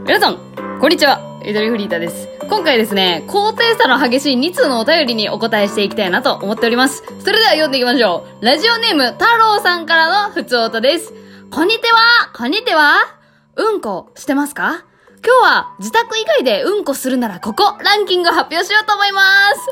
皆さん、こんにちは。ゆとりフリータです。今回ですね、高低差の激しい2通のお便りにお答えしていきたいなと思っております。それでは読んでいきましょう。ラジオネーム、太郎さんからのふつおたです。こんにちは。こんにちは。うんこしてますか？今日は自宅以外でうんこするならここ、ランキング発表しようと思います。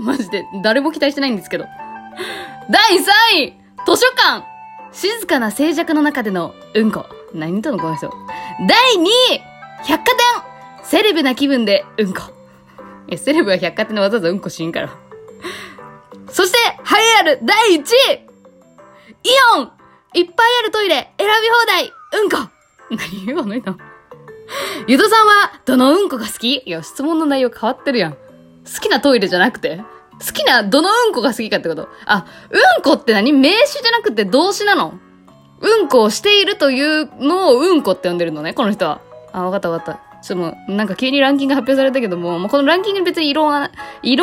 マジで、誰も期待してないんですけど。第3位、図書館。静かな静寂の中でのうんこ。何言ったのこの人。第2位、百貨店。セレブな気分でうんこ。セレブは百貨店でわざわざうんこしんから。そして、栄えある第1位、イオン。いっぱいあるトイレ、選び放題、うんこ。何言うの今。ゆとさんは、どのうんこが好き？いや、質問の内容変わってるやん。好きなトイレじゃなくて？好きな、どのうんこが好きかってこと？あ、うんこって何？名詞じゃなくて動詞なの？うんこをしているというのをうんこって呼んでるのね、この人は。あ、わかったわかった。ちょっともう、なんか急にランキング発表されたけども、このランキングに別に異論は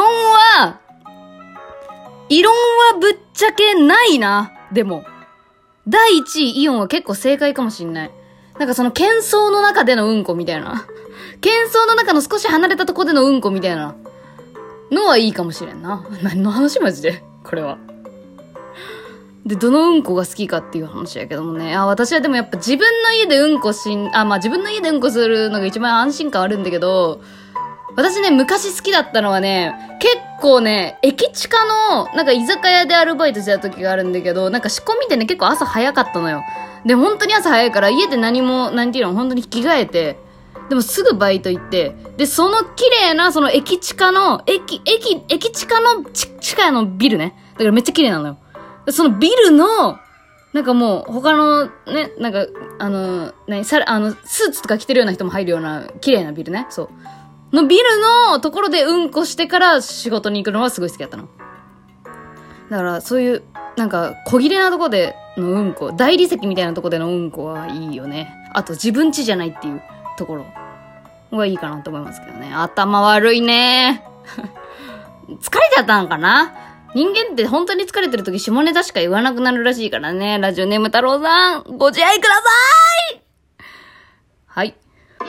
ぶっちゃけないな。でも、第1位イオンは結構正解かもしんない。なんかその喧騒の中でのうんこみたいな。喧騒の中の少し離れたとこでのうんこみたいなのはいいかもしれんな。何の話マジでこれは。で、どのうんこが好きかっていう話やけどもね。私はでもやっぱ自分の家でうんこ自分の家でうんこするのが一番安心感あるんだけど、私ね、昔好きだったのはね、結構ね、駅地下の、なんか居酒屋でアルバイトしてた時があるんだけど、なんか仕込みでね、結構朝早かったのよ。で、本当に朝早いから家で何ていうの、本当に着替えて、でもすぐバイト行って、で、その綺麗な、その駅地下の、駅地下の地下のビルね。だからめっちゃ綺麗なのよ。そのビルの、なんかもう、他のね、なんか、スーツとか着てるような人も入るような、綺麗なビルね。そう。のビルのところでうんこしてから仕事に行くのはすごい好きだったの。だから、そういう、なんか、小切れなとこでのうんこ、大理石みたいなとこでのうんこはいいよね。あと、自分家じゃないっていうところはいいかなと思いますけどね。頭悪いね。疲れちゃったんかな？人間って本当に疲れてる時下ネタしか言わなくなるらしいからね。ラジオネーム太郎さん、ご自愛ください。はい。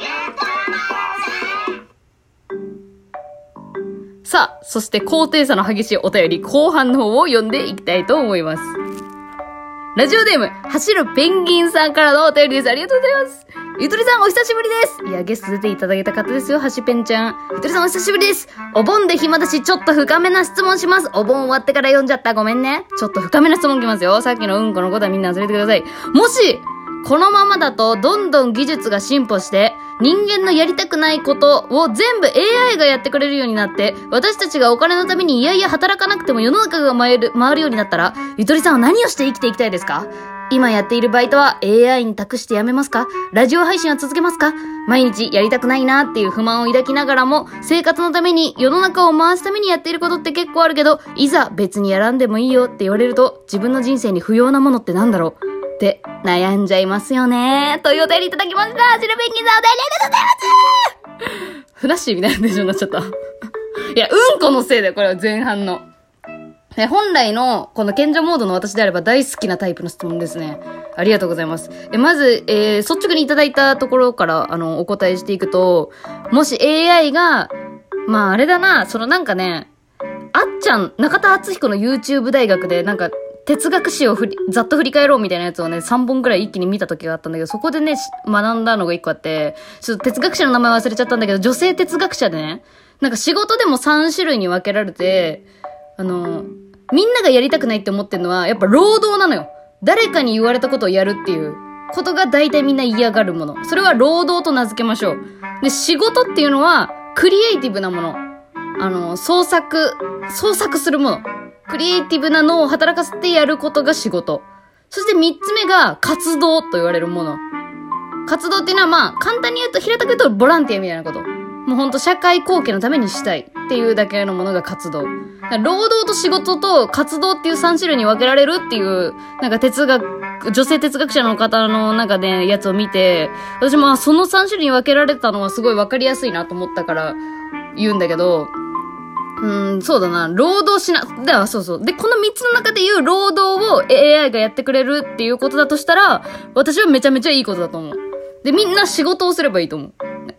さあ、そして高低差の激しいお便り後半の方を読んでいきたいと思います。ラジオネーム、走るペンギンさんからのお便りです。ありがとうございます。ゆとりさんお久しぶりです。いや、ゲスト出ていただいた方ですよ、はしペンちゃん。ゆとりさんお久しぶりです。お盆で暇だし、ちょっと深めな質問します。お盆終わってから読んじゃった。ごめんね。ちょっと深めな質問きますよ。さっきのうんこのことはみんな忘れてください。もし、このままだとどんどん技術が進歩して、人間のやりたくないことを全部 AI がやってくれるようになって、私たちがお金のためにいやいや働かなくても世の中が回るようになったら、ゆとりさんは何をして生きていきたいですか？今やっているバイトは AI に託してやめますか？ラジオ配信は続けますか？毎日やりたくないなっていう不満を抱きながらも、生活のために世の中を回すためにやっていることって結構あるけど、いざ別にやらんでもいいよって言われると、自分の人生に不要なものってなんだろうって悩んじゃいますよね。というお便りいただきました。シルベンギンさんお便りありがとうございます。ふなっしーみたいなテンションになっちゃった。いや、うんこのせいだよ、これは前半の。本来のこの賢者モードの私であれば大好きなタイプの質問ですね。ありがとうございます。まず、率直にいただいたところからお答えしていくと、もし AI があれだな、なんかね、中田敦彦の YouTube 大学でなんか哲学史をざっと振り返ろうみたいなやつをね、3本くらい一気に見た時があったんだけど、そこでね、学んだのが1個あって、ちょっと哲学者の名前忘れちゃったんだけど、女性哲学者でね、なんか仕事でも3種類に分けられて、みんながやりたくないって思ってるのは、やっぱ労働なのよ。誰かに言われたことをやるっていうことが大体みんな嫌がるもの。それは労働と名付けましょう。で、仕事っていうのは、クリエイティブなもの。創作するもの。クリエイティブなのを働かせてやることが仕事。そして3つ目が活動と言われるもの。活動っていうのは簡単に言うと、平たく言うとボランティアみたいなこと。もうほんと社会貢献のためにしたいっていうだけのものが活動。労働と仕事と活動っていう3種類に分けられるっていう、なんか女性哲学者の方の中でやつを見て、私もその3種類に分けられたのはすごい分かりやすいなと思ったから言うんだけど、そうだな、労働しな、そうそう。で、この3つの中で言う労働を AI がやってくれるっていうことだとしたら、私はめちゃめちゃいいことだと思う。で、みんな仕事をすればいいと思う。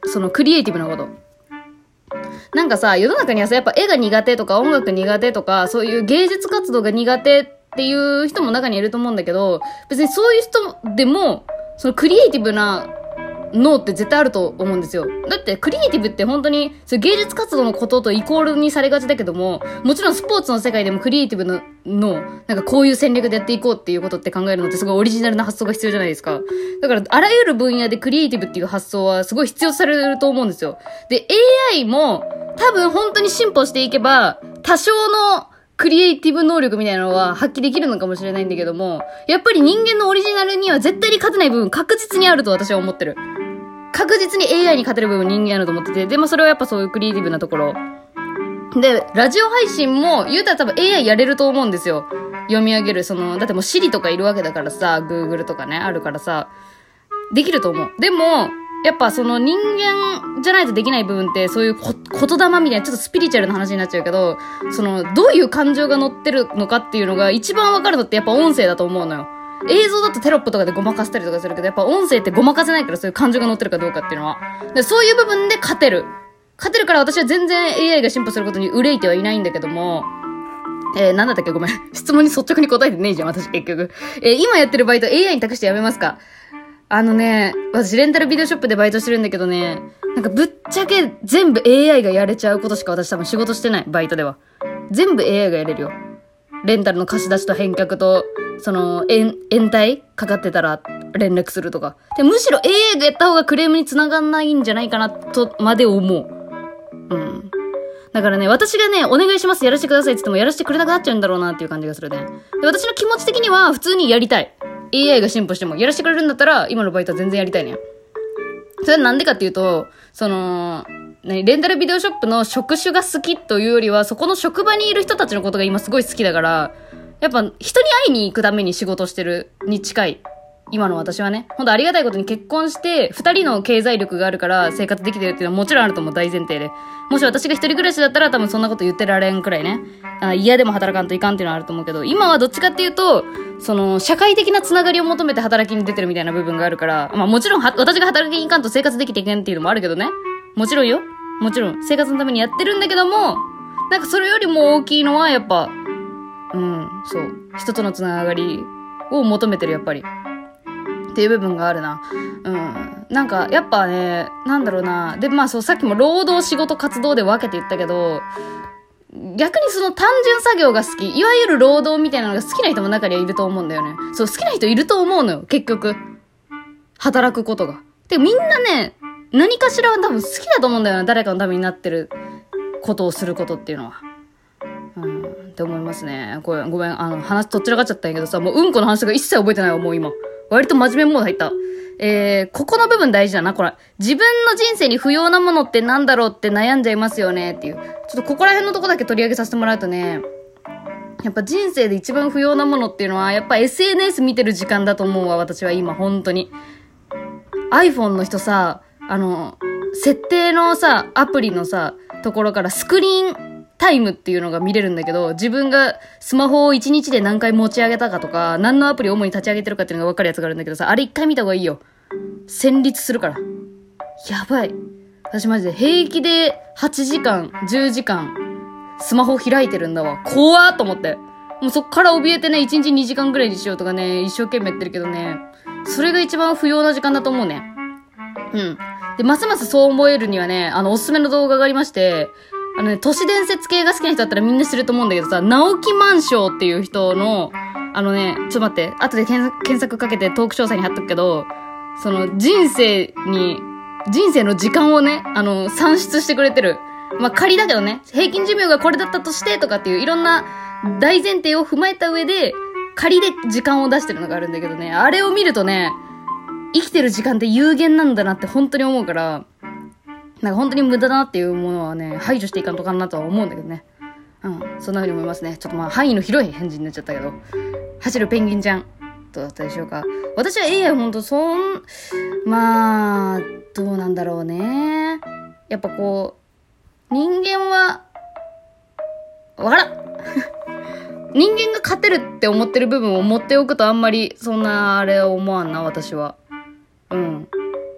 そのクリエイティブなこと。なんかさ、世の中にはさ、やっぱ絵が苦手とか音楽苦手とか、そういう芸術活動が苦手っていう人も中にいると思うんだけど、別にそういう人でも、そのクリエイティブな脳って絶対あると思うんですよ。だってクリエイティブって本当にそう芸術活動のこととイコールにされがちだけども、もちろんスポーツの世界でもクリエイティブのなんかこういう戦略でやっていこうっていうことって考えるのってすごいオリジナルな発想が必要じゃないですか。だからあらゆる分野でクリエイティブっていう発想はすごい必要とされると思うんですよ。で AI も多分本当に進歩していけば多少のクリエイティブ能力みたいなのは発揮できるのかもしれないんだけども、やっぱり人間のオリジナルには絶対に勝てない部分確実にあると私は思ってる。確実に AI に勝てる部分人間あると思ってて、でもそれはやっぱそういうクリエイティブなところ。で、ラジオ配信も言うたら多分 AI やれると思うんですよ。読み上げる、だってもう Siri とかいるわけだからさ、Google とかね、あるからさ、できると思う。でも、やっぱ人間じゃないとできない部分って、そういう言霊みたいな、ちょっとスピリチュアルな話になっちゃうけど、どういう感情が乗ってるのかっていうのが一番わかるのってやっぱ音声だと思うのよ。映像だとテロップとかでごまかせたりとかするけど、やっぱ音声ってごまかせないから、そういう感情が乗ってるかどうかっていうのは。でそういう部分で勝てるから私は全然 AI が進歩することに憂いてはいないんだけども、なんだったっけごめん。質問に率直に答えてねえじゃん、私結局。今やってるバイト AI に託してやめますか？私レンタルビデオショップでバイトしてるんだけどね、なんかぶっちゃけ全部 AI がやれちゃうことしか私多分仕事してない、バイトでは。全部 AI がやれるよ。レンタルの貸し出しと返却と、延滞かかってたら連絡するとか。で、むしろ AI がやった方がクレームに繋がんないんじゃないかなとまで思う。うん。だからね、私がね、お願いします、やらせてくださいって言ってもやらせてくれなくなっちゃうんだろうなっていう感じがするね。で、私の気持ち的には普通にやりたい。AI が進歩してもやらせてくれるんだったら、今のバイトは全然やりたいね。それはなんでかっていうと、レンタルビデオショップの職種が好きというよりは、そこの職場にいる人たちのことが今すごい好きだから、やっぱ人に会いに行くために仕事してるに近い。今の私はね。ほんとありがたいことに結婚して、二人の経済力があるから生活できてるっていうのはもちろんあると思う、大前提で。もし私が一人暮らしだったら多分そんなこと言ってられんくらいね。嫌でも働かんといかんっていうのはあると思うけど、今はどっちかっていうと、社会的なつながりを求めて働きに出てるみたいな部分があるから、まあもちろん私が働きに行かんと生活できていけんっていうのもあるけどね。もちろんよ。もちろん生活のためにやってるんだけども、なんかそれよりも大きいのはやっぱ、そう。人とのつながりを求めてる、やっぱり。っていう部分があるな。なんか、やっぱね、なんだろうな。で、まあそう、さっきも労働、仕事、活動で分けて言ったけど、逆に単純作業が好き。いわゆる労働みたいなのが好きな人も中にはいると思うんだよね。そう、好きな人いると思うのよ、結局。働くことが。で、みんなね、何かしらは多分好きだと思うんだよな。誰かのためになってることをすることっていうのは。って思いますね。ごめん、話とっちらかっちゃったんやけどさ、もううんこの話とか一切覚えてないわ、もう今。割と真面目モード入った。ここの部分大事だな、これ。自分の人生に不要なものってなんだろうって悩んじゃいますよねっていう。ちょっとここら辺のとこだけ取り上げさせてもらうとね、やっぱ人生で一番不要なものっていうのは、やっぱ SNS 見てる時間だと思うわ、私は今、本当に。iPhone の人さ、設定のさ、アプリのさ、ところからスクリーンタイムっていうのが見れるんだけど、自分がスマホを1日で何回持ち上げたかとか、何のアプリを主に立ち上げてるかっていうのが分かるやつがあるんだけどさ、あれ一回見た方がいいよ。戦慄するから。やばい。私マジで平気で8時間、10時間、スマホ開いてるんだわ。怖ーと思って。もうそっから怯えてね、1日2時間ぐらいにしようとかね、一生懸命やってるけどね、それが一番不要な時間だと思うね。で、ますますそう思えるにはね、おすすめの動画がありまして、都市伝説系が好きな人だったらみんな知ると思うんだけどさ、直木万象っていう人の、ちょっと待って、後で検索かけてトーク詳細に貼っとくけど、人生の時間をね、算出してくれてる。まあ、仮だけどね、平均寿命がこれだったとしてとかっていういろんな大前提を踏まえた上で、仮で時間を出してるのがあるんだけどね、あれを見るとね、生きてる時間って有限なんだなって本当に思うから、なんか本当に無駄だなっていうものはね、排除していかんとかなとは思うんだけどね。そんな風に思いますね。ちょっとまあ範囲の広い返事になっちゃったけど。走るペンギンちゃん。どうだったでしょうか。私は AI ほんとまあ、どうなんだろうね。やっぱこう、人間は、わからん人間が勝てるって思ってる部分を持っておくとあんまりそんなあれは思わんな、私は。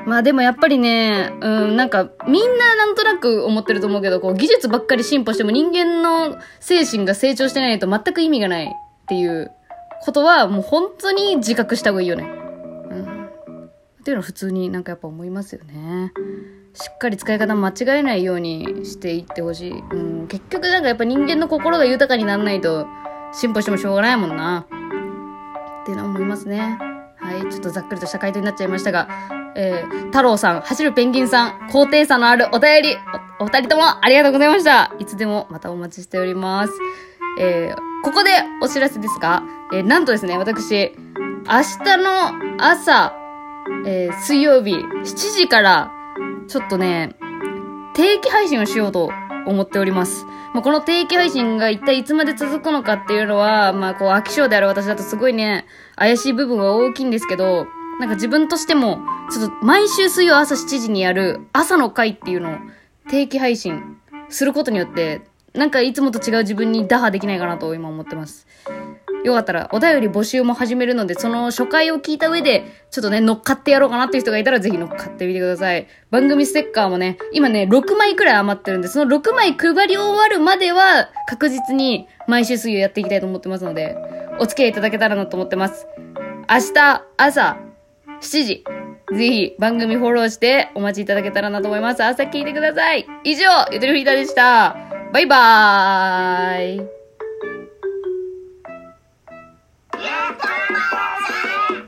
まあでもやっぱりね、なんかみんななんとなく思ってると思うけど、こう技術ばっかり進歩しても人間の精神が成長してないと全く意味がないっていうことはもう本当に自覚した方がいいよね。っていうのは普通になんかやっぱ思いますよね。しっかり使い方間違えないようにしていってほしい。結局なんかやっぱ人間の心が豊かにならないと進歩してもしょうがないもんな。っていうのは思いますね。はい、ちょっとざっくりとした回答になっちゃいましたが、太郎さん、走るペンギンさん、高低差のあるお便り、お二人ともありがとうございました。いつでもまたお待ちしております。ここでお知らせですが、なんとですね、私、明日の朝、水曜日7時からちょっとね定期配信をしようと思っております。この定期配信が一体いつまで続くのかっていうのはこう飽き性である私だとすごいね怪しい部分が大きいんですけど、なんか自分としてもちょっと毎週水曜朝7時にやる朝の会っていうのを定期配信することによってなんかいつもと違う自分に打破できないかなと今思ってます。よかったらお便り募集も始めるので、その初回を聞いた上でちょっとね乗っかってやろうかなっていう人がいたらぜひ乗っかってみてください。番組ステッカーもね今ね6枚くらい余ってるんで、その6枚配り終わるまでは確実に毎週水曜やっていきたいと思ってますので、お付き合いいただけたらなと思ってます。明日朝7時ぜひ番組フォローしてお待ちいただけたらなと思います。朝聞いてください。以上ゆとりフリーターでした。バイバーイ。